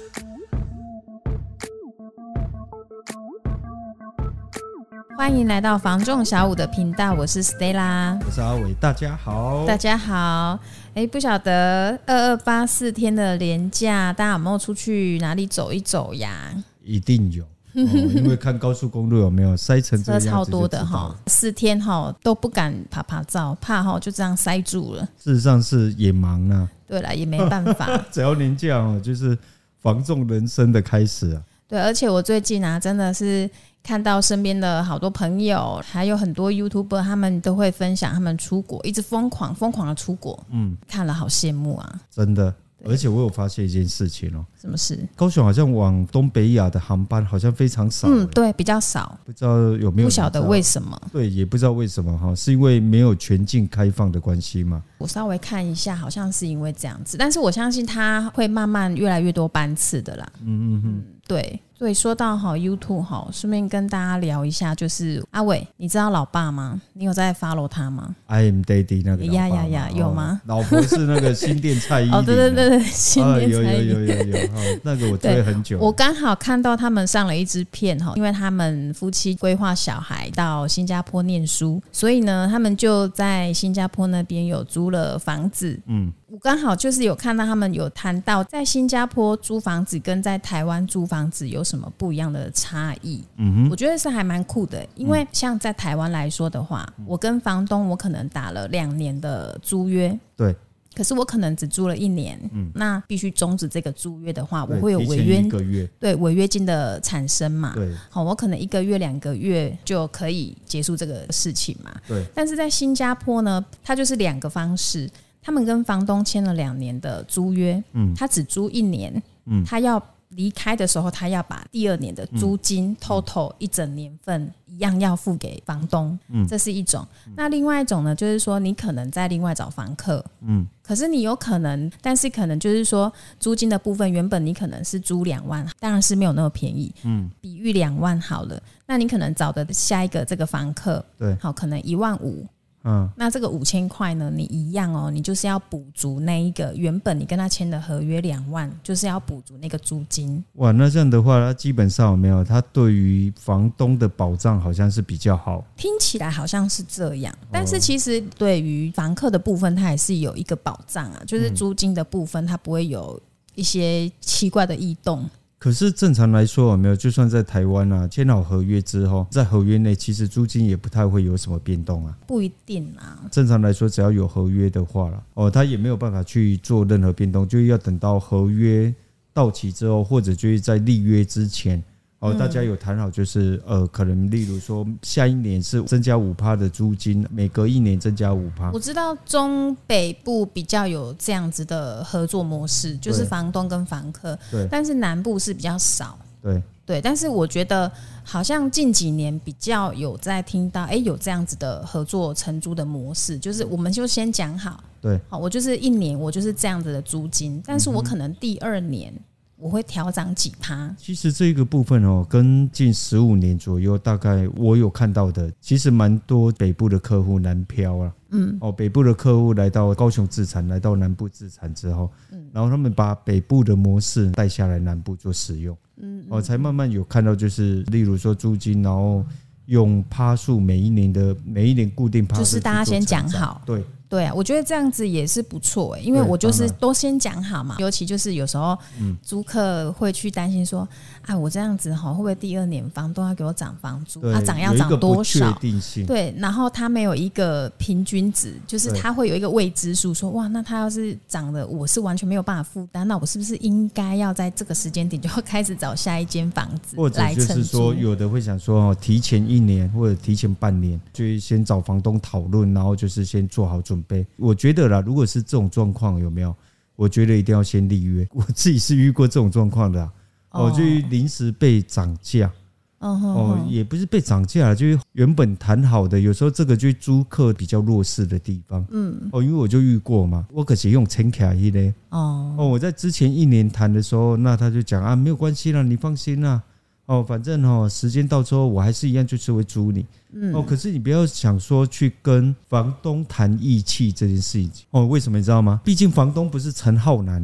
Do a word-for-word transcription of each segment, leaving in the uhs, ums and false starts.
欢迎来到房仲小五的频道，我是 Stella， 我是阿伟，大家好。 大家好。哎，不晓得二二八四天的连假，大家有没有出去哪里走一走呀？ 一定有。哦、因为看高速公路有没有塞成这个样子， 车超多的哈，四天哈都不敢爬爬照，怕哈就这样塞住了。 事实上是也忙啊， 对啦，也没办法。 只要年假哦，就是房仲人生的开始啊。 对，而且我最近啊，真的是看到身边的好多朋友，还有很多 YouTuber， 他们都会分享他们出国，一直疯狂疯狂的出国，嗯，看了好羡慕啊， 真的。而且我有发现一件事情哦， 什么事？ 高雄好像往东北亚的航班好像非常少，嗯， 对，比较少， 不知道有没有？ 不晓得为什么？ 对，也不知道为什么哈，是因为没有全境开放的关系吗？ 我稍微看一下，好像是因为这样子，但是我相信它会慢慢越来越多班次的啦。嗯嗯嗯，对。所以说到好 YouTube 好，顺便跟大家聊一下，就是阿伟，你知道老爸吗？你有在 follow 他吗 ？I am Daddy 那个老爸呀呀呀，有吗？ 哦、老婆是那个新店蔡依林、啊。 哦，对对对对，新店蔡依林、 啊、有有有有有有、哦，那个我追很久。 我刚好看到他们上了一支片哈，因为他们夫妻规划小孩到新加坡念书，所以呢，他们就在新加坡那边有租了房子。嗯。我刚好就是有看到他们有谈到在新加坡租房子跟在台湾租房子有什么不一样的差异。嗯哼，我觉得是还蛮酷的，因为像在台湾来说的话，我跟房东我可能打了两年的租约， 对， 可是我可能只租了一年，嗯，那必须终止这个租约的话，我会有违约，对，违约金的产生嘛， 对， 好，我可能一个月两个月就可以结束这个事情嘛， 对。 但是在新加坡呢，它就是两个方式。他们跟房东签了两年的租约，嗯，他只租一年，嗯，他要离开的时候，他要把第二年的租金 total 一整年份一样要付给房东，嗯，这是一种。那另外一种呢，就是说你可能再另外找房客，嗯，可是你有可能，但是可能就是说租金的部分，原本你可能是租两万，当然是没有那么便宜，嗯，比喻两万好了，那你可能找的下一个这个房客， 对， 好，可能一万五。嗯，那这个五千块呢？你一样哦，你就是要补足那一个原本你跟他签的合约两万，就是要补足那个租金。 哇，那这样的话，他基本上有没有？他对于房东的保障好像是比较好。 听起来好像是这样，但是其实对于房客的部分，它也是有一个保障啊，就是租金的部分，它不会有一些奇怪的异动。 可是正常来说有没有，就算在台湾啊，签好合约之后，在合约内其实租金也不太会有什么变动啊。 不一定啊。 正常来说，只要有合约的话啦，哦，他也没有办法去做任何变动，就要等到合约到期之后，或者就是在立约之前。哦，大家有谈好，就是呃，可能例如说，下一年是增加五趴的租金，每隔一年增加五趴。 我知道中北部比较有这样子的合作模式，就是房东跟房客，对，但是南部是比较少， 对对。但是我觉得好像近几年比较有在听到，哎，有这样子的合作承租的模式，就是我们就先讲好， 对， 好，我就是一年我就是这样子的租金，但是我可能第二年。我会调涨几趴。 其实这个部分哦，跟近十五年左右，大概我有看到的，其实蛮多北部的客户南漂啊。嗯，哦，北部的客户来到高雄自产，来到南部自产之后，嗯，然后他们把北部的模式带下来南部做使用，嗯，哦，才慢慢有看到，就是例如说租金，然后用趴数每一年的每一年固定趴数， 就是大家先讲好， 对。 对啊，我觉得这样子也是不错、欸、因为我就是都先讲好嘛。尤其就是有时候租客会去担心说，啊，我这样子会不会第二年房东要给我涨房租？啊，涨要涨多少？对，然后他没有一个平均值，就是他会有一个未知数，说哇，那他要是涨的我是完全没有办法负担，那我是不是应该要在这个时间点就要开始找下一间房子来承租？或者就是说，有的会想说，提前一年或者提前半年，就先找房东讨论，然后就是先做好准备。我觉得啦，如果是这种状况，有没有？我觉得一定要先立约。我自己是遇过这种状况的、啊，哦，哦就临时被涨价，哦, 哦，也不是被涨价，就是原本谈好的，有时候这个就是租客比较弱势的地方，嗯，哦，因为我就遇过嘛，我可是用签卡一嘞，哦，哦，我在之前一年谈的时候，那他就讲啊，没有关系啦，你放心啦。哦，反正哦，时间到之后，我还是一样就是会租你。嗯，哦，可是你不要想说去跟房东谈义气这件事情。哦，为什么你知道吗？毕竟房东不是陈浩南啊。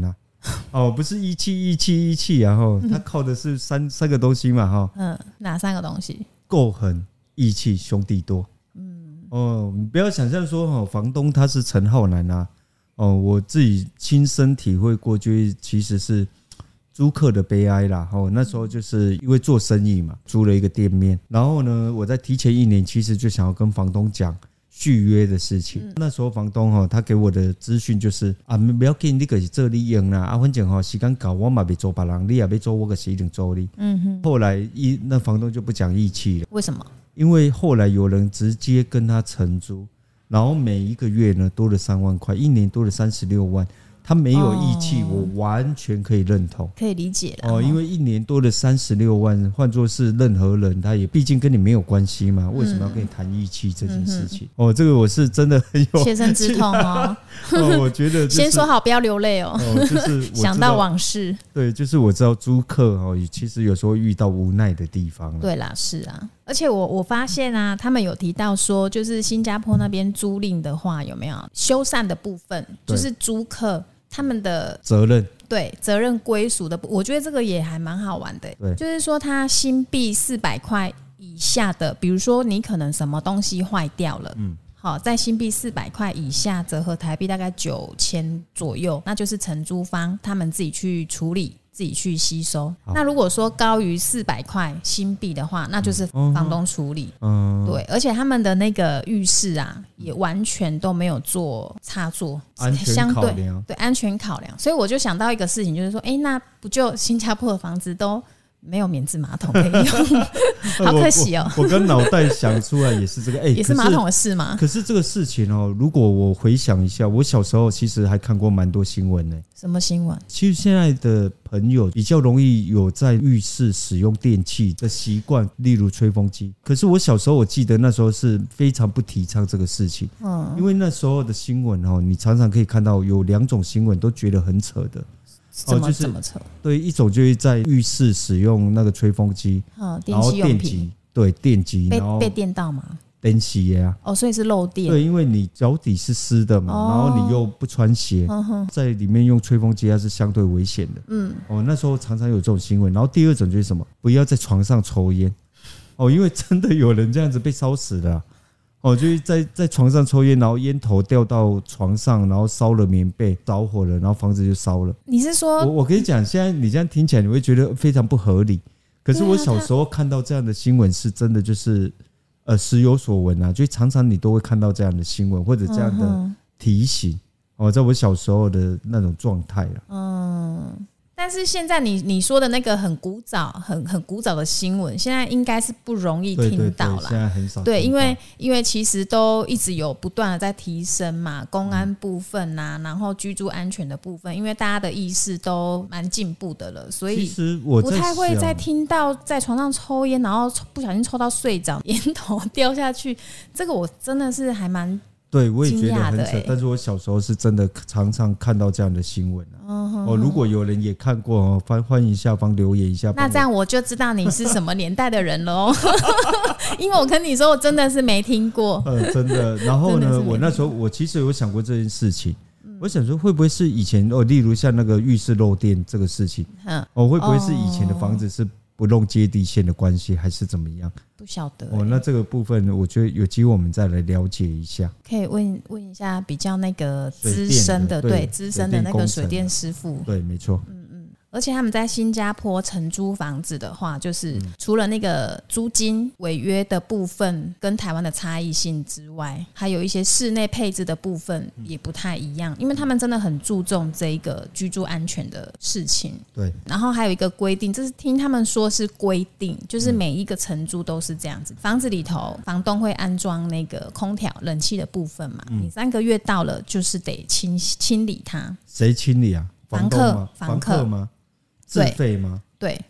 哦，不是一气一气一气啊，哈，它靠的是三三个东西嘛，哈， 嗯，哪三个东西？ 够狠、义气、兄弟多。嗯，哦，你不要想象说哈，房东他是陈浩南啊，哦，我自己亲身体会过，就其实是租客的悲哀啦。哦，那时候就是因为做生意嘛，租了一个店面，然后呢，我在提前一年其实就想要跟房东讲续约的事情。嗯、那时候房东哈，他给我的资讯就是啊，不要紧，你可是做你用啦，啊，反正哈时间到，我嘛别做别人，你也别做，我可是一定做你。嗯哼。后来一那房东就不讲义气了。 为什么？ 因为后来有人直接跟他承租，然后每一个月呢多了三万块，一年多了三十六万。他没有义气，哦、我完全可以认同， 可以理解了。 哦，因为一年多了三十六万，换作是任何人，他也毕竟跟你没有关系嘛，为什么要跟你谈义气这件事情？嗯、哦，这个我是真的很有切身之痛哦。 哦，我觉得、就是、 先说好不要流泪哦。 哦，就是想到往事。 对，就是我知道租客哦，其实有时候遇到无奈的地方。 对啦，是啊。而且我我发现啊，他们有提到说，就是新加坡那边租赁的话，有没有修缮的部分，就是租客他们的责任， 对责任归属的，我觉得这个也还蛮好玩的。对，就是说他新币四百块以下的，比如说你可能什么东西坏掉了，嗯，好，在新币四百块以下，折合台币大概九千左右，那就是承租方他们自己去处理。自己去吸收。那如果说高于四百块新币的话，那就是房东处理。嗯，对，而且他们的那个浴室啊，也完全都没有做插座， 安全考量， 对安全考量。所以我就想到一个事情，就是说，哎、欸，那不就新加坡的房子都没有免治马桶可以用，好可惜哦。 我我跟脑袋想出来也是这个，哎、欸， 也是马桶的事吗？ 可是这个事情哦，如果我回想一下，我小时候其实还看过蛮多新闻呢。 什么新闻？ 其实现在的朋友比较容易有在浴室使用电器的习惯，例如吹风机。可是我小时候我记得那时候是非常不提倡这个事情，嗯，因为那时候的新闻哦，你常常可以看到有两种新闻都觉得很扯的。 怎么怎么扯？ 对，一种就是在浴室使用那个吹风机， 嗯，电器用品， 对，电击， 被然后被电到吗？ 电洗呀， 哦，所以是漏电。 对，因为你脚底是湿的嘛，哦、然后你又不穿鞋，嗯、在里面用吹风机它是相对危险的。嗯，哦，那时候常常有这种新闻。然后第二种就是什么？不要在床上抽烟，哦，因为真的有人这样子被烧死了、啊。哦，就是在在床上抽烟，然后烟头掉到床上，然后烧了棉被，着火了，然后房子就烧了。 你是说， 我我跟你讲，现在你这样听起来，你会觉得非常不合理。可是我小时候看到这样的新闻，是真的就是呃时有所闻啊，就常常你都会看到这样的新闻或者这样的提醒。哦，在我小时候的那种状态了。 嗯。但是现在你你说的那个很古早、很很古早的新闻，现在应该是不容易听到啦。 现在很少。 对，因为因为其实都一直有不断的在提升嘛，公安部分啊，然后居住安全的部分，因为大家的意识都蛮进步的了，所以不太会再听到在床上抽烟，然后不小心抽到睡着，烟头掉下去，这个我真的是还蛮。 对，我也觉得很扯，但是我小时候是真的常常看到这样的新闻、啊嗯、哦，如果有人也看过哦，欢迎下方留言一下。 那这样我就知道你是什么年代的人了哦，因为我跟你说，我真的是没听过。 嗯，真的。然后呢，我那时候我其实有想过这件事情，嗯、我想说会不会是以前哦，例如像那个浴室漏电这个事情，嗯，哦，会不会是以前的房子是不弄接地线的关系，还是怎么样？ 不晓得、欸、 哦。那这个部分，我觉得有机会我们再来了解一下。 可以问问一下比较那个资深的，对资深的那个水电师傅。 对，没错。 嗯嗯。而且他们在新加坡承租房子的话，就是除了那个租金违约的部分跟台湾的差异性之外，还有一些室内配置的部分也不太一样，因为他们真的很注重这一个居住安全的事情。 对。然后还有一个规定，这是听他们说是规定，就是每一个承租都是这样子，房子里头房东会安装那个空调、冷气的部分嘛，你三个月到了就是得清清理它。 谁清理啊？ 房客， 房客吗？自费吗？ 对，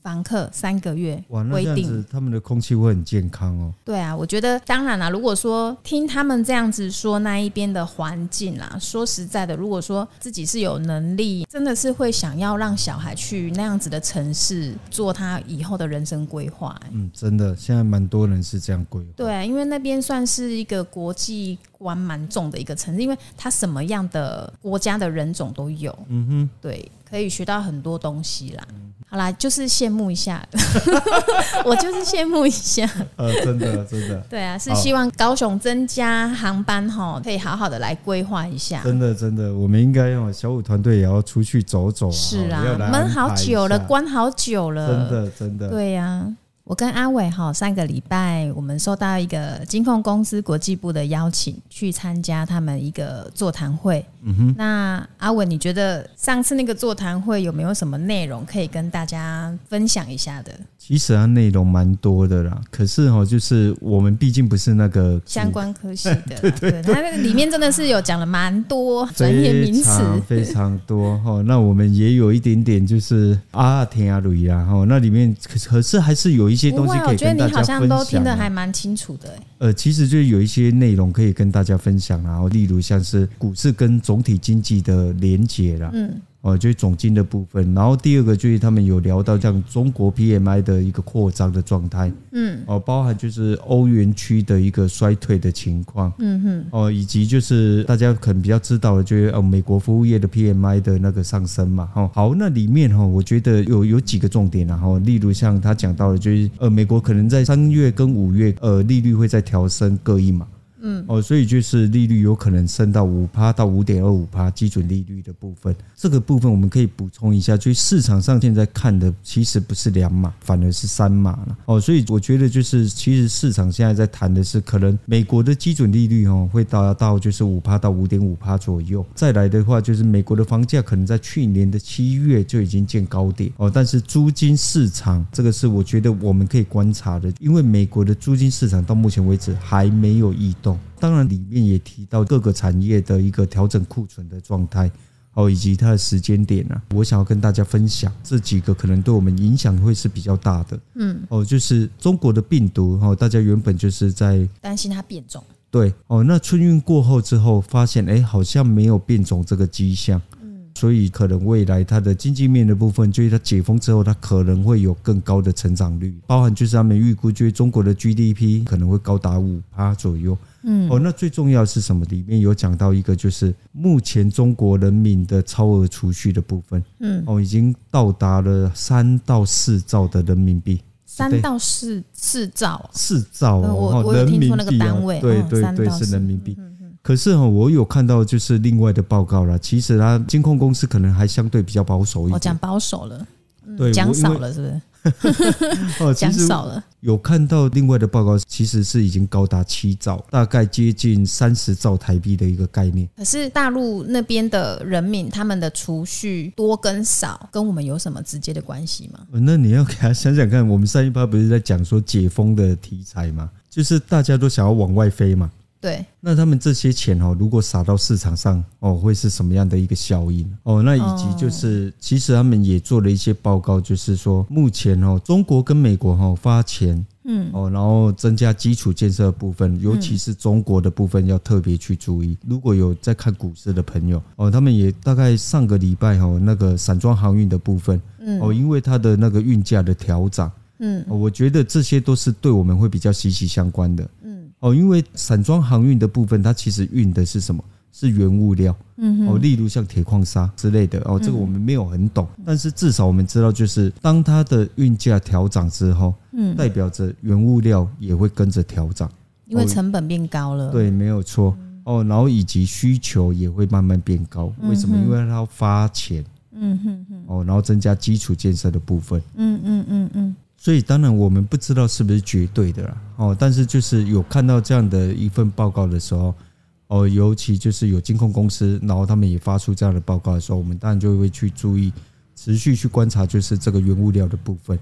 房客三个月哇，那这样子他们的空气会很健康哦。 对啊，我觉得当然啦，如果说听他们这样子说那一边的环境啦，说实在的，如果说自己是有能力，真的是会想要让小孩去那样子的城市做他以后的人生规划、欸。 嗯，真的，现在蛮多人是这样规划。 对啊，因为那边算是一个国际观蛮重的一个城市，因为它什么样的国家的人种都有。嗯哼，对，可以学到很多东西啦。好啦，就是羡慕一下，我就是羡慕一下。 呃，真的真的。 对啊，是希望高雄增加航班哈，可以好好的来规划一下。 真的真的，我们应该哦，小五团队也要出去走走啊。 是啊，闷好久了，关好久了。 真的真的。 对呀、啊。我跟阿伟哈，上个礼拜我们收到一个金控公司国际部的邀请，去参加他们一个座谈会。嗯哼，那阿伟，你觉得上次那个座谈会有没有什么内容可以跟大家分享一下的？ 其实它内容蛮多的啦，可是哈，就是我们毕竟不是那个相关科系的，对对对，它里面真的是有讲了蛮多专业名词， 非常非常多哈。那我们也有一点点就是啊听啊蕊啦哈，那里面可是还是有一些东西可以跟大家分享、啊。我觉得你好像都听得还蛮清楚的、欸。 呃，其实就有一些内容可以跟大家分享啦，例如像是股市跟总体经济的连结啦，嗯。哦，就是总经的部分，然后第二个就是他们有聊到像中国 P M I 的一个扩张的状态，嗯，哦，包含就是欧元区的一个衰退的情况，嗯哼，哦，以及就是大家可能比较知道的，就是呃美国服务业的 P M I 的那个上升嘛，哦，好，那里面哈，我觉得有有几个重点啊，哈，例如像他讲到的，就是呃美国可能在三月跟五月，呃利率会再调升各一码。嗯，哦，所以就是利率有可能升到 百分之五 到 百分之五点二五 基准利率的部分，这个部分我们可以补充一下，就是市场上现在看的其实不是两码，反而是三码了。哦，所以我觉得就是其实市场现在在谈的是可能美国的基准利率哦会达到就是 百分之五 到 百分之五点五 左右，再来的话就是美国的房价可能在去年的七月就已经见高点哦，但是租金市场这个是我觉得我们可以观察的，因为美国的租金市场到目前为止还没有异动。当然里面也提到各个产业的一个调整库存的状态哦，以及它的时间点啊，我想要跟大家分享这几个可能对我们影响会是比较大的。嗯，哦，就是中国的病毒哦，大家原本就是在担心它变种， 对哦，那春运过后之后发现，哎，好像没有变种这个迹象。所以可能未来它的经济面的部分，就是它解封之后，它可能会有更高的成长率，包含就是他们预估，就是中国的 G D P 可能会高达 百分之五 左右。嗯，哦，那最重要的是什么？里面有讲到一个，就是目前中国人民的超额储蓄的部分，嗯，哦，已经到达了三到四兆的人民币。 三到四四兆， 四兆哦， 我我有听说那个单位， 对对对，是人民币。可是我有看到就是另外的报告啦，其实它金控公司可能还相对比较保守一点。 我讲保守了，对，讲少了是不是？ 哦，讲少了。有看到另外的报告，其实是已经高达七兆，大概接近三十兆台币的一个概念。 可是大陆那边的人民，他们的储蓄多跟少，跟我们有什么直接的关系吗？ 那你要给他想想看，我们上一趴不是在讲说解封的题材吗？就是大家都想要往外飞嘛。 对， 那他们这些钱哦，如果撒到市场上哦，会是什么样的一个效应哦？那以及就是，哦、其实他们也做了一些报告，就是说目前哦，中国跟美国哦发钱，嗯，哦，然后增加基础建设的部分，尤其是中国的部分要特别去注意。如果有在看股市的朋友哦，他们也大概上个礼拜哦，那个散装航运的部分，嗯，哦，因为它的那个运价的调涨，嗯，哦，我觉得这些都是对我们会比较息息相关的，嗯。哦，因为散装航运的部分，它其实运的是什么？是原物料，嗯，哦，例如像铁矿砂之类的，哦，这个我们没有很懂，但是至少我们知道，就是当它的运价调涨之后，嗯，代表着原物料也会跟着调涨， 因为成本变高了， 对，没有错，哦，然后以及需求也会慢慢变高，为什么？因为它要发钱，嗯哼哼，哦，然后增加基础建设的部分，嗯嗯嗯嗯。所以当然我们不知道是不是绝对的啦，哦，但是就是有看到这样的一份报告的时候，哦，尤其就是有金控公司，然后他们也发出这样的报告的时候，我们当然就会去注意，持续去观察，就是这个原物料的部分。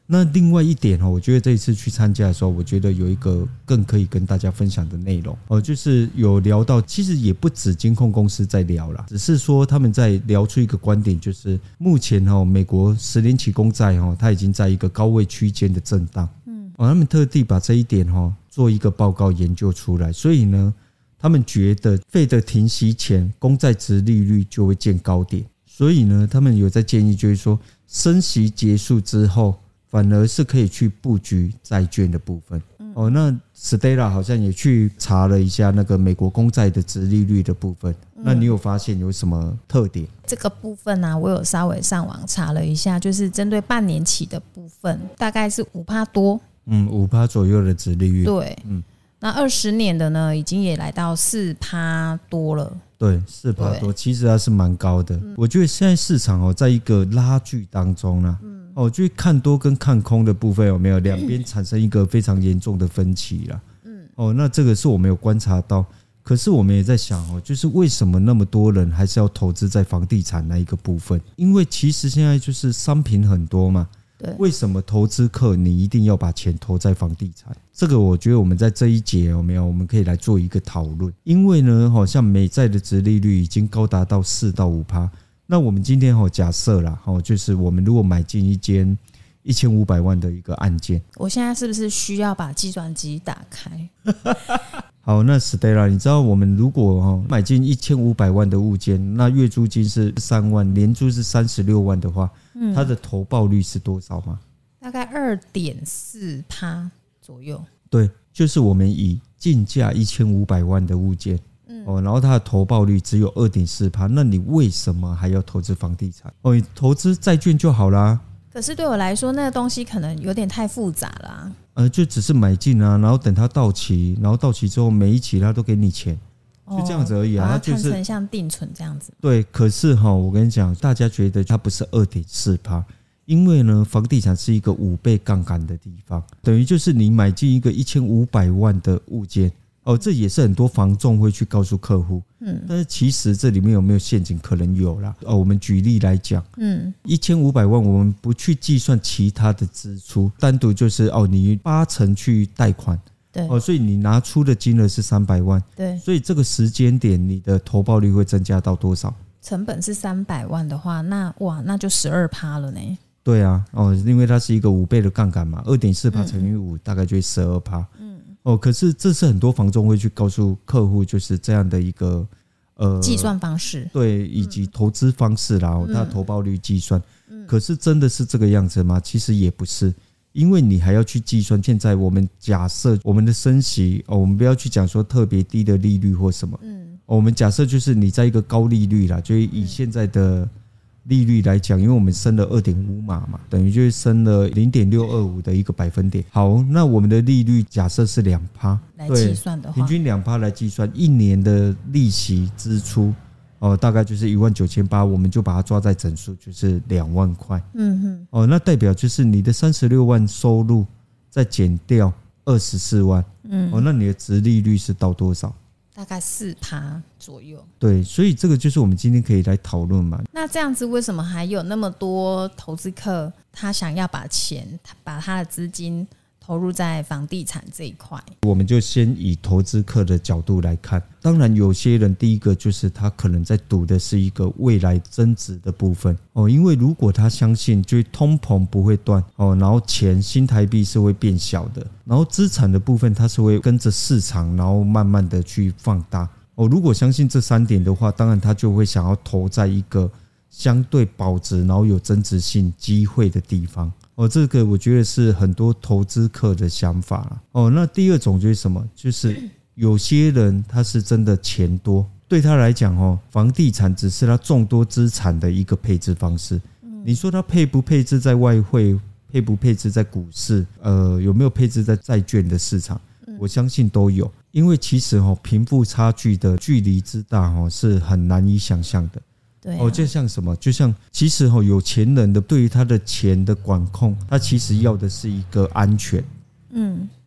那另外一点，我觉得这一次去参加的时候，我觉得有一个更可以跟大家分享的内容，就是有聊到，其实也不止金控公司在聊啦，只是说他们在聊出一个观点，就是目前美国十年期公债它已经在一个高位区间的震荡，嗯，他们特地把这一点做一个报告研究出来，所以呢，他们觉得Fed停息前公债殖利率就会见高点，所以呢，他们有在建议，就是说升息结束之后，反而是可以去布局债券的部分。哦，那 Stella 好像也去查了一下那个美国公债的殖利率的部分，那你有发现有什么特点？ 这个部分呢、啊，我有稍微上网查了一下，就是针对半年期的部分，大概是 百分之五 多，嗯 百分之五 左右的殖利率。对，嗯，那二十年的呢，已经也来到 百分之四 多了。对， 百分之四 多，其实它是蛮高的。嗯、我觉得现在市场哦，在一个拉锯当中啊。嗯哦，就是看多跟看空的部分有没有两边产生一个非常严重的分歧啦？嗯，哦，那这个是我们有观察到，可是我们也在想哦，就是为什么那么多人还是要投资在房地产那一个部分？因为其实现在就是商品很多嘛，对，为什么投资客你一定要把钱投在房地产？这个我觉得我们在这一节有没有，我们可以来做一个讨论。因为呢，好像美债的殖利率已经高达到 百分之四到五。那我们今天假设啦，就是我们如果买进一间一千五百万的一个案件，我现在是不是需要把计算机打开？好，那 Stella， 你知道我们如果买进一千五百万的物件，那月租金是三万，年租是三十六万的话，嗯、它的投报率是多少吗？大概 百分之二点四 左右。对，就是我们以进价一千五百万的物件。哦，然后它的投报率只有 百分之二点四， 那你为什么还要投资房地产？哦，你投资债券就好啦。可是对我来说，那个东西可能有点太复杂了、啊。呃，就只是买进啊，然后等它到期，然后到期之后每一期它都给你钱，就这样子而已啊。它看成像定存这样子。对，可是哈，我跟你讲，大家觉得它不是 百分之二点四， 因为呢，房地产是一个五倍杠杆的地方，等于就是你买进一个一千五百万的物件。哦，这也是很多房仲会去告诉客户，嗯，但是其实这里面有没有陷阱？可能有啦。哦，我们举例来讲，嗯，一千五百万，我们不去计算其他的支出，单独就是哦，你八成去贷款，对，哦，所以你拿出的金额是三百万，对，所以这个时间点你的投报率会增加到多少？成本是三百万的话，那哇，那就 百分之十二 了呢。对啊，哦，因为它是一个五倍的杠杆嘛， 二点四 乘以五大概就会 百分之十二。嗯。哦，可是这是很多房仲会去告诉客户，就是这样的一个呃计算方式，对，以及投资方式啦，嗯、它的投报率计算、嗯。可是真的是这个样子吗？其实也不是，因为你还要去计算。现在我们假设我们的升息，哦，我们不要去讲说特别低的利率或什么，嗯、哦，我们假设就是你在一个高利率啦，就以现在的利率来讲，因为我们升了 二点五 码嘛，等于就是升了 零点六二五 的一个百分点。好，那我们的利率假设是 百分之二 来计算的话，平均 百分之二 来计算，一年的利息支出哦，大概就是一万九千八，我们就把它抓在整数，就是两万块。嗯哼，哦，那代表就是你的三十六万收入再减掉二十四万，嗯，哦，那你的殖利率是到多少？大概 百分之四 左右。对，所以这个就是我们今天可以来讨论嘛。那这样子为什么还有那么多投资客他想要把钱把他的资金投入在房地产这一块？我们就先以投资客的角度来看，当然有些人第一个就是他可能在赌的是一个未来增值的部分哦，因为如果他相信就是通膨不会断哦，然后钱新台币是会变小的，然后资产的部分它是会跟着市场然后慢慢的去放大哦，如果相信这三点的话，当然他就会想要投在一个相对保值然后有增值性机会的地方哦，这个我觉得是很多投资客的想法啦哦。那第二种就是什么？就是有些人他是真的钱多，对他来讲哦，房地产只是他众多资产的一个配置方式。你说他配不配置在外汇，配不配置在股市，呃，有没有配置在债券的市场？我相信都有，因为其实哦，贫富差距的距离之大哦，是很难以想象的。对、啊，哦，就像什么，就像其实哦，有钱人的对于他的钱的管控，他其实要的是一个安全。嗯，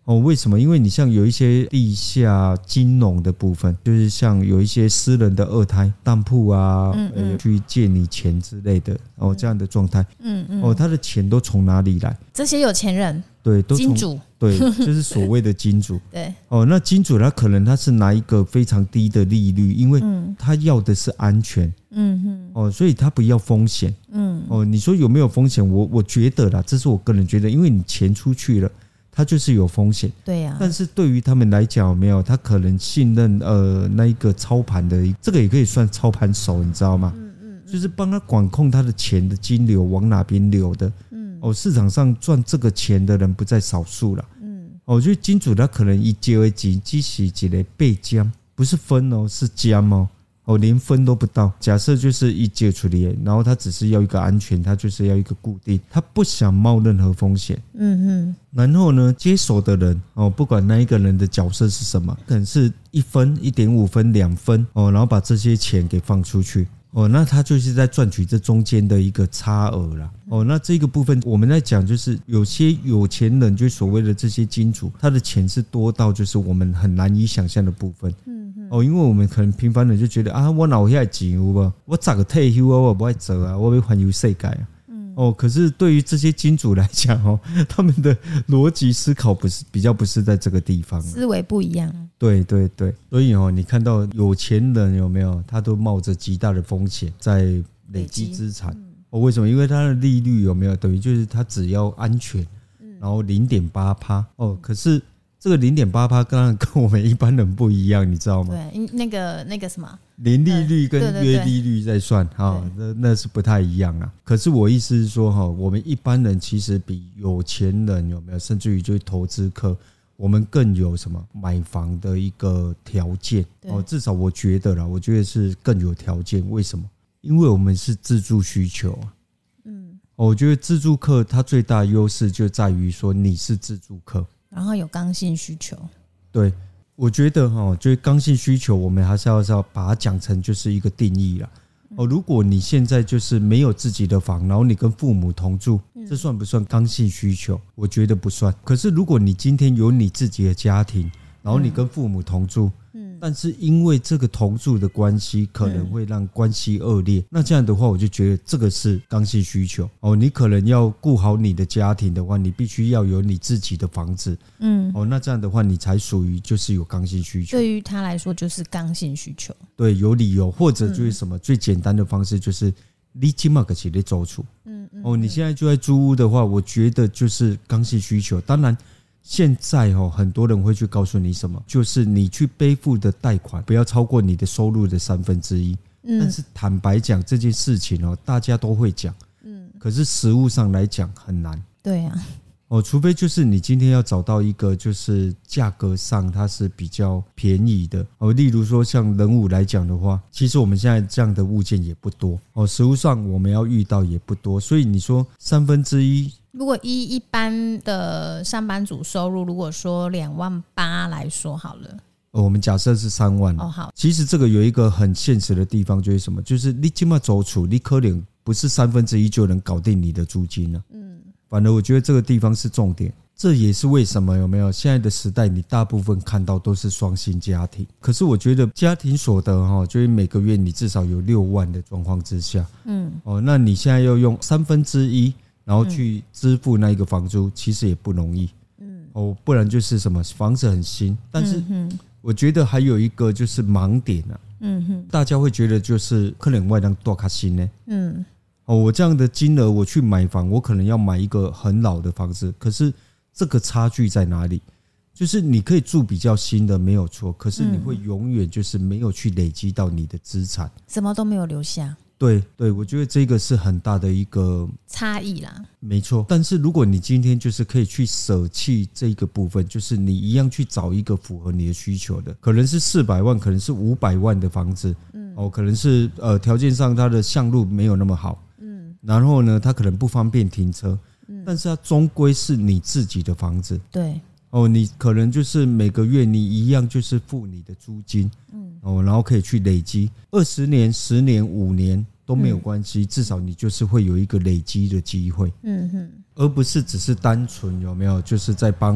哦，为什么？因为你像有一些地下金融的部分，就是像有一些私人的二胎当铺啊，嗯嗯呃、去借你钱之类的哦，这样的状态，嗯嗯，哦，他的钱都从哪里来？ 这些有钱人， 对，都金主， 对，就是所谓的金主， 对， 哦，那金主他可能他是拿一个非常低的利率，因为他要的是安全，嗯哼，哦，所以他不要风险，嗯，哦，你说有没有风险？我我觉得啦，这是我个人觉得，因为你钱出去了。它就是有风险， 对呀、啊。 但是对于他们来讲，有没有他可能信任呃那一个操盘的，这个也可以算操盘手，你知道吗？嗯嗯，就是帮他管控他的钱的金流往哪边流的。嗯，哦，市场上赚这个钱的人不在少数了。嗯，哦，我觉得金主他可能一接为几，只是一个倍江，不是分哦，是江哦。哦，连分都不到。假设就是一借出来，然后他只是要一个安全，他就是要一个固定，他不想冒任何风险。嗯哼。然后呢，接手的人哦，不管那一个人的角色是什么，可能是一分、一点五分、两分哦，然后把这些钱给放出去。哦，那他就是在赚取这中间的一个差额啦。哦，那这个部分我们在讲，就是有些有钱人，就所谓的这些金主，他的钱是多到就是我们很难以想象的部分。嗯哦，因为我们可能平凡人就觉得啊，我哪有那钱有无？我咋个退休啊？我不爱做啊，我要环游世界啊。嗯哦，可是对于这些金主来讲哦，他们的逻辑思考不是比较不是在这个地方， 思维不一样。 对对对，所以哦，你看到有钱人有没有？他都冒着极大的风险在累积资产。嗯、哦，为什么？因为他的利率有没有等于就是他只要安全，然后零点八趴哦，可是。这个 零点八趴 当然跟我们一般人不一样，你知道吗？ 对，那个那个什么年利率跟月利率在算哈，那那是不太一样啊。可是我意思是说哈，我们一般人其实比有钱人有没有，甚至于就是投资客，我们更有什么买房的一个条件哦。至少我觉得啦，我觉得是更有条件。为什么？因为我们是自住需求啊。嗯，我觉得自住客他最大的优势就在于说你是自住客。 然后有刚性需求， 对，我觉得哈，就是刚性需求，我们还是要要把它讲成就是一个定义啦。哦，如果你现在就是没有自己的房，然后你跟父母同住，这算不算刚性需求？我觉得不算。可是如果你今天有你自己的家庭，然后你跟父母同住，但是因为这个同住的关系可能会让关系恶劣，那这样的话我就觉得这个是刚性需求哦。你可能要顾好你的家庭的话，你必须要有你自己的房子，嗯，哦，那这样的话你才属于就是有刚性需求。 对于他来说就是刚性需求， 对，有理由，或者就是什么、嗯、最简单的方式就是你现在就是在租厝，嗯嗯，哦，你现在就在租屋的话，我觉得就是刚性需求。当然。现在哦，很多人会去告诉你什么，就是你去背负的贷款不要超过你的收入的三分之一。嗯，但是坦白讲这件事情哦，大家都会讲，嗯，可是实务上来讲很难。 对啊， 哦，除非就是你今天要找到一个就是价格上它是比较便宜的哦，例如说像人武来讲的话，其实我们现在这样的物件也不多哦，实务上我们要遇到也不多，所以你说三分之一。 如果依一般的上班族收入，如果说两万八来说好了， 我们假设是三万哦。好，其实这个有一个很现实的地方，就是什么？就是你现在走出，你可能不是三分之一就能搞定你的租金了。嗯，反而我觉得这个地方是重点。这也是为什么有没有现在的时代，你大部分看到都是双薪家庭。可是我觉得家庭所得哈，就是每个月你至少有六万的状况之下，嗯，哦，那你现在要用三分之一。然后去支付那一个房租，其实也不容易。嗯，哦，不然就是什么房子很新，但是我觉得还有一个就是盲点啊。嗯哼，大家会觉得就是可能外当多卡新呢。嗯，哦，我这样的金额我去买房，我可能要买一个很老的房子，可是这个差距在哪里？就是你可以住比较新的没有错，可是你会永远就是没有去累积到你的资产， 什么都没有留下。 对对，我觉得这个是很大的一个差异啦。 没错，但是如果你今天就是可以去舍弃这个部分，就是你一样去找一个符合你的需求的，可能是四百万，可能是五百万的房子，嗯，哦，可能是呃条件上它的巷路没有那么好，嗯，然后呢，它可能不方便停车，嗯，但是它终归是你自己的房子， 对。 哦，你可能就是每个月你一样就是付你的租金，嗯，哦，然后可以去累积二十年、十年、五年都没有关系，至少你就是会有一个累积的机会，嗯哼，而不是只是单纯有没有就是在帮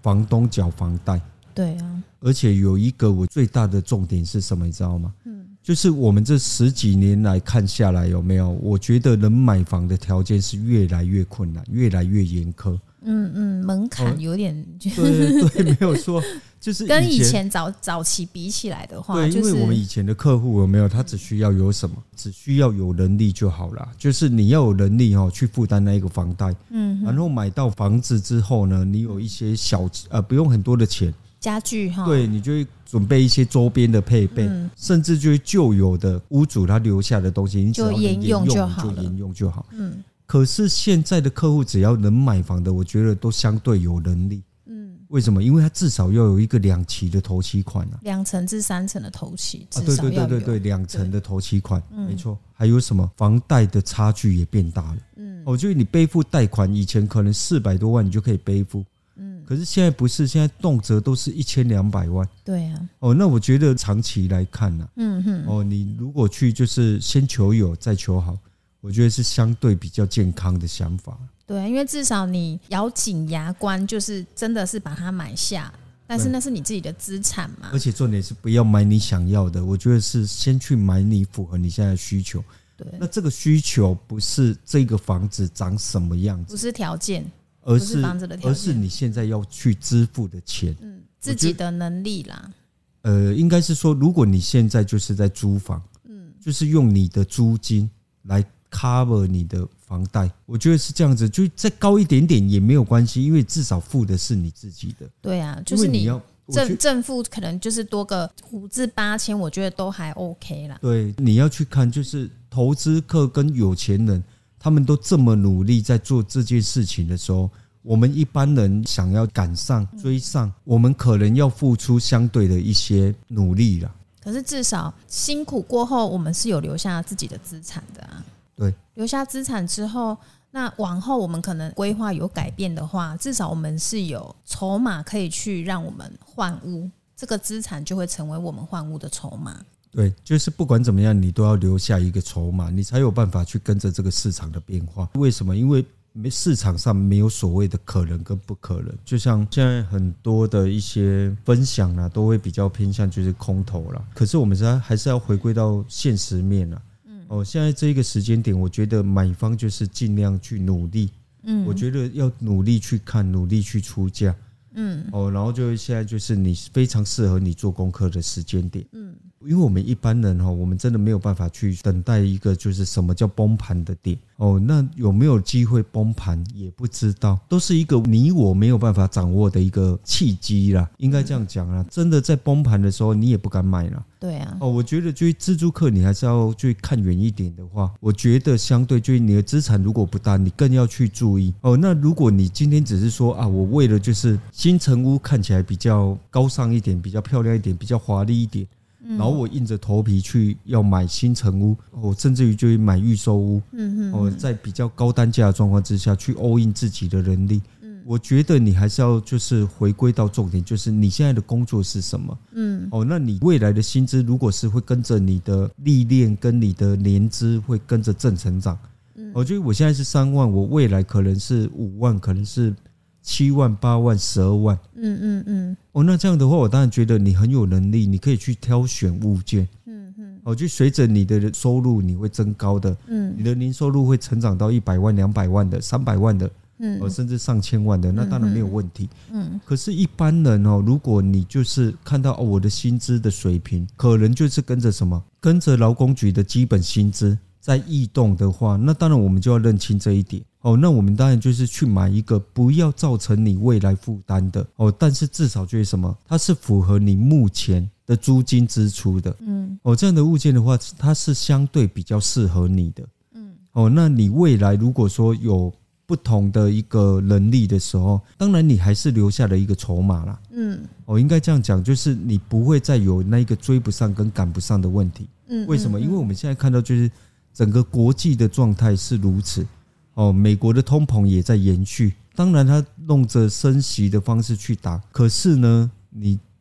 房东缴房贷。 对啊， 而且有一个我最大的重点是什么，你知道吗？嗯，就是我们这十几年来看下来，有没有？我觉得能买房的条件是越来越困难，越来越严苛。 嗯嗯，门槛有点、哦、 对对，没有错，就是跟以前早早期比起来的话， 对， 就是、 因为我们以前的客户有没有，他只需要有什么，只需要有能力就好了，就是你要有能力哦去负担那一个房贷，嗯，然后买到房子之后呢，你有一些小呃不用很多的钱。 家具哈， 对，你就会准备一些周边的配备，嗯、甚至就是旧有的屋主他留下的东西，你只要能沿用就好了，就沿用就好。嗯，可是现在的客户只要能买房的，我觉得都相对有能力。嗯，为什么？因为他至少要有一个两期的头期款啊， 两成至三成的头期，至少要有、啊、对对对对对，两成的头期款，没错。还有什么？房贷的差距也变大了。嗯，我觉得你背负贷款，以前可能四百多万你就可以背负。嗯，可是现在不是，现在动辄都是一千两百万。对啊，哦，那我觉得长期来看呢、啊，嗯哼，哦，你如果去就是先求有再求好，我觉得是相对比较健康的想法。 对啊，因为至少你咬紧牙关，就是真的是把它买下，但是那是你自己的资产嘛。 而且重点是不要买你想要的，我觉得是先去买你符合你现在的需求。对，那这个需求不是这个房子长什么样子， 不是条件。 而是而是你现在要去支付的钱， 嗯，自己的能力啦。 呃，应该是说，如果你现在就是在租房，嗯，就是用你的租金来 cover 你的房贷，我觉得是这样子，就再高一点点也没有关系，因为至少付的是你自己的。 对啊，就是你要正正负可能就是多个五至八千，我觉得都还 OK 啦。 对，你要去看，就是投资客跟有钱人。他们都这么努力在做这件事情的时候，我们一般人想要赶上追上，我们可能要付出相对的一些努力啦。 可是至少辛苦过后，我们是有留下自己的资产的啊。 对， 留下资产之后，那往后我们可能规划有改变的话，至少我们是有筹码可以去让我们换屋，这个资产就会成为我们换屋的筹码。 对，就是不管怎么样，你都要留下一个筹码，你才有办法去跟着这个市场的变化。为什么？因为市场上没有所谓的可能跟不可能。就像现在很多的一些分享啊，都会比较偏向就是空头啦。可是我们还是要回归到现实面啦。嗯，哦，现在这一个时间点，我觉得买方就是尽量去努力。嗯，我觉得要努力去看，努力去出价。嗯，哦，然后就现在就是你非常适合你做功课的时间点。嗯。因为我们一般人我们真的没有办法去等待一个就是什么叫崩盘的点哦，那有没有机会崩盘也不知道，都是一个你我没有办法掌握的一个契机啦，应该这样讲啦。真的在崩盘的时候，你也不敢买啦。 对啊， 哦，我觉得就是自住客，你还是要去看远一点的话，我觉得相对就是你的资产如果不大，你更要去注意哦。那如果你今天只是说啊，我为了就是新成屋看起来比较高尚一点，比较漂亮一点，比较华丽一点。然后我硬着头皮去要买新成屋，我甚至于就买预售屋，嗯嗯，在比较高单价的状况之下去 all in 自己的能力，嗯，我觉得你还是要就是回归到重点，就是你现在的工作是什么，嗯，哦，那你未来的薪资如果是会跟着你的历练跟你的年资会跟着正成长，嗯，我觉得我现在是三万，我未来可能是五万，可能是七万、八万、十二万，嗯嗯嗯，哦，那这样的话，我当然觉得你很有能力，你可以去挑选物件，嗯嗯，哦，就随着你的收入你会增高的，嗯，你的年收入会成长到一百万、两百万的、三百万的，嗯，哦，甚至上千万的，那当然没有问题，嗯。可是，一般人哦，如果你就是看到哦，我的薪资的水平可能就是跟着什么，跟着劳工局的基本薪资在异动的话，那当然我们就要认清这一点。哦，那我们当然就是去买一个不要造成你未来负担的哦，但是至少就是什么，它是符合你目前的租金支出的，嗯，哦，这样的物件的话，它是相对比较适合你的，嗯，哦，那你未来如果说有不同的一个能力的时候，当然你还是留下了一个筹码啦，嗯，哦，应该这样讲，就是你不会再有那个追不上跟赶不上的问题，嗯，为什么？因为我们现在看到就是整个国际的状态是如此。哦，美国的通膨也在延续，当然他弄着升息的方式去打，可是呢，你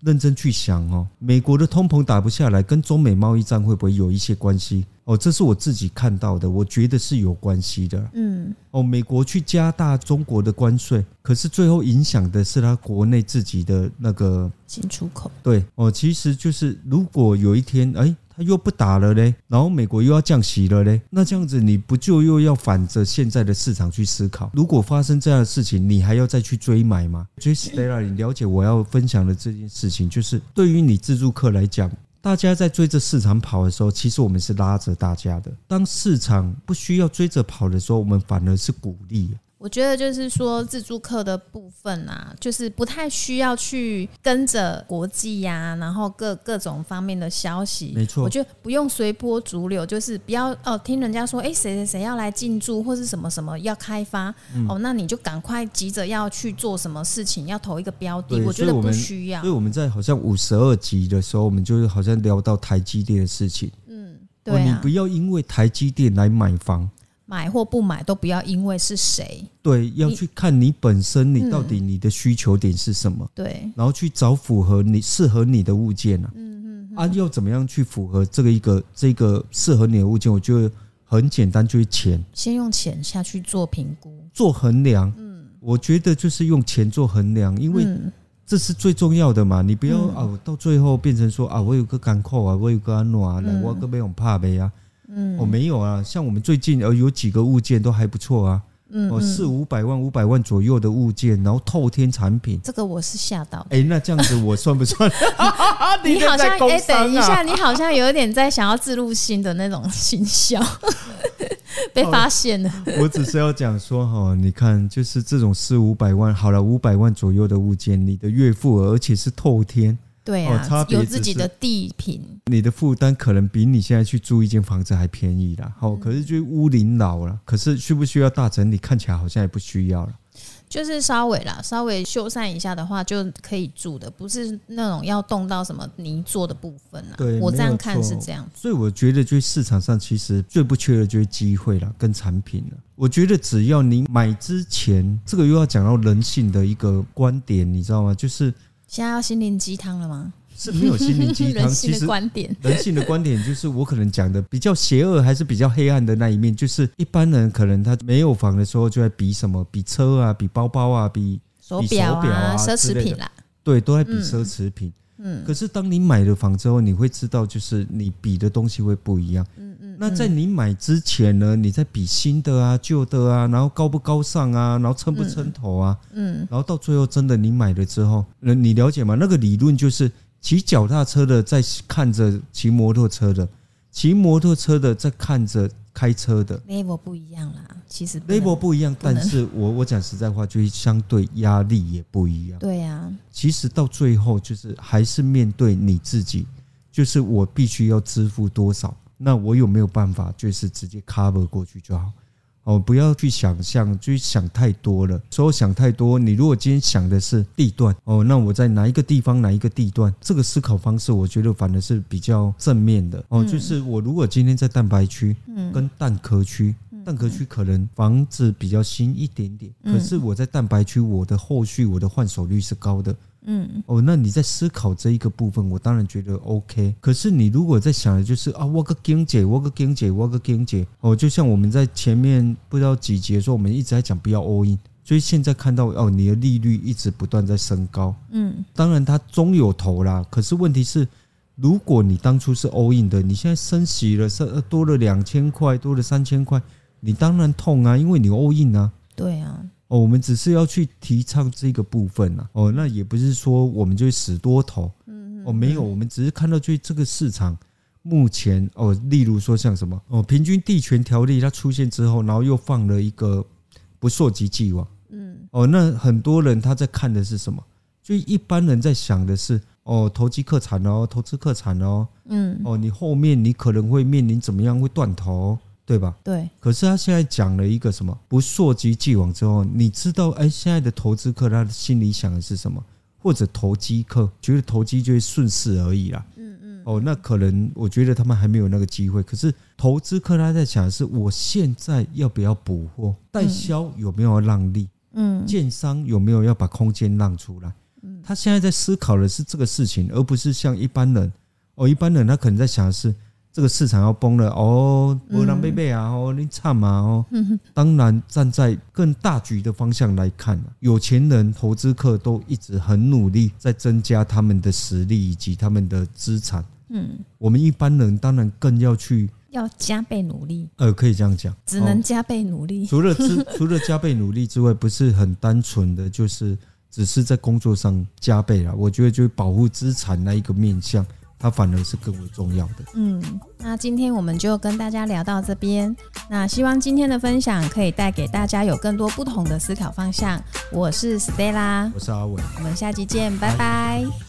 认真去想哦，美国的通膨打不下来，跟中美贸易战会不会有一些关系？哦，这是我自己看到的，我觉得是有关系的。嗯，哦，美国去加大中国的关税，可是最后影响的是他国内自己的那个进出口。 对，哦，其实就是如果有一天，哎，他又不打了嘞，然后美国又要降息了嘞，那这样子你不就又要反着现在的市场去思考？如果发生这样的事情，你还要再去追买吗？所以 Stella， 你了解我要分享的这件事情，就是对于你自住客来讲。大家在追着市场跑的时候，其实我们是拉着大家的。当市场不需要追着跑的时候，我们反而是鼓励。 我觉得就是说自住客的部分啊，就是不太需要去跟着国际呀、啊，然后各各种方面的消息。 没错， 我觉得不用随波逐流，就是不要哦听人家说，哎，谁谁谁要来进驻或是什么什么要开发、嗯、哦，那你就赶快急着要去做什么事情，要投一个标的。我觉得不需要。 所以我们在好像五十二集的时候，我们就好像聊到台积电的事情。 嗯，对、啊哦，你不要因为台积电来买房。 买或不买都不要因为是谁， 对，要去看你本身，你到底你的需求点是什么， 对， 然后去找符合你适合你的物件啊，嗯嗯，啊，要怎么样去符合这个一个这个适合你的物件？我觉得很简单，就是钱， 先用钱下去做评估、 做衡量。嗯，我觉得就是用钱做衡量，因为这是最重要的嘛。你不要、嗯、啊，到最后变成说啊，我有个港口啊，我有个安诺啊，来、嗯，我个没有怕呗啊。嗯，哦，没有啊，像我们最近呃有几个物件都还不错啊，嗯，哦，四五百万、五百万左右的物件，然后透天产品， 这个我是吓到。 哎、欸，那这样子我算不算？ 你, 你好像哎、欸，等一下，你好像有点在想要置入新的那种行销，被发现了。 我只是要讲说哈，你看，就是这种四五百万，好了，五百万左右的物件，你的月付额，而且是透天。 对啊、哦，有自己的地坪， 你的负担可能比你现在去租一间房子还便宜啦。好、嗯，可是就屋龄老了，可是需不需要大整理？看起来好像也不需要了。 就是稍微啦，稍微修缮一下的话就可以住的，不是那种要动到什么泥做的部分啦。 对， 我这样看是这样。 所以我觉得，就市场上其实最不缺的就是机会啦，跟产品了。我觉得只要你买之前，这个又要讲到人性的一个观点，你知道吗？就是现在要心灵鸡汤了吗？ 是没有心灵鸡汤， 人性的观点， 人性的观点就是我可能讲的比较邪恶，还是比较黑暗的那一面。就是一般人可能他没有房的时候，就在比什么，比车啊，比包包啊，比手表啊，奢侈品啦， 对，都在比奢侈品。嗯，可是当你买了房之后，你会知道，就是你比的东西会不一样。嗯嗯。那在你买之前呢，你在比新的啊、旧的啊，然后高不高尚啊，然后撑不撑头啊，嗯，然后到最后真的你买了之后，你了解吗？那个理论就是。骑脚踏车的在看着骑摩托车的，骑摩托车的在看着开车的 level 不一样啦，其实 level 不一样，但是我我讲实在话，就是相对压力也不一样。 对啊，其实到最后就是还是面对你自己，就是我必须要支付多少，那我有没有办法就是直接 cover 过去就好。哦，不要去想象，去想太多了。所以想太多，你如果今天想的是地段，哦，那我在哪一个地方，哪一个地段，这个思考方式，我觉得反而是比较正面的。哦，就是我如果今天在蛋白区，跟蛋壳区，蛋壳区可能房子比较新一点点，可是我在蛋白区，我的后续我的换手率是高的。嗯，哦，那你在思考这一个部分，我当然觉得 OK。可是你如果在想的就是啊，我个经济，我个经济，我个经济，哦，就像我们在前面不知道几节说，我们一直在讲不要 all in， 所以现在看到哦，你的利率一直不断在升高。嗯，当然它终有头啦。可是问题是，如果你当初是 all in 的，你现在升息了，多了两千块，多了三千块，你当然痛啊，因为你 all in 啊。 对啊。 哦，我们只是要去提倡这个部分啊。哦，那也不是说我们就死多头。嗯，哦，没有，我们只是看到就这个市场目前哦，例如说像什么哦，平均地权条例它出现之后，然后又放了一个不溯及既往。嗯，哦，那很多人他在看的是什么？就一般人在想的是哦，投机客惨哦，投资客惨哦。嗯，哦，你后面你可能会面临怎么样，会断头。对吧？ 对。 可是他现在讲了一个什么不溯及既往之后，你知道，哎，现在的投资客他的心里想的是什么？或者投机客觉得投机就是顺势而已啦。嗯嗯。哦，那可能我觉得他们还没有那个机会。可是投资客他在想的是，我现在要不要补货？代销有没有要让利？嗯。建商有没有要把空间让出来？ 他现在在思考的是这个事情，而不是像一般人哦，一般人他可能在想的是这个市场要崩了哦，没人要买啊，哦，你惨嘛哦。当然，站在更大局的方向来看，有钱人、投资客都一直很努力在增加他们的实力以及他们的资产。嗯，我们一般人当然更要去。 要加倍努力， 呃，可以这样讲， 只能加倍努力。 哦、除了除了加倍努力之外，不是很单纯的就是只是在工作上加倍啦。我觉得就是保护资产那一个面向，它反而是更为重要的。 嗯，那今天我们就跟大家聊到这边。那希望今天的分享可以带给大家有更多不同的思考方向。我是 Stella， 我是阿伟， 我们下期见，拜拜。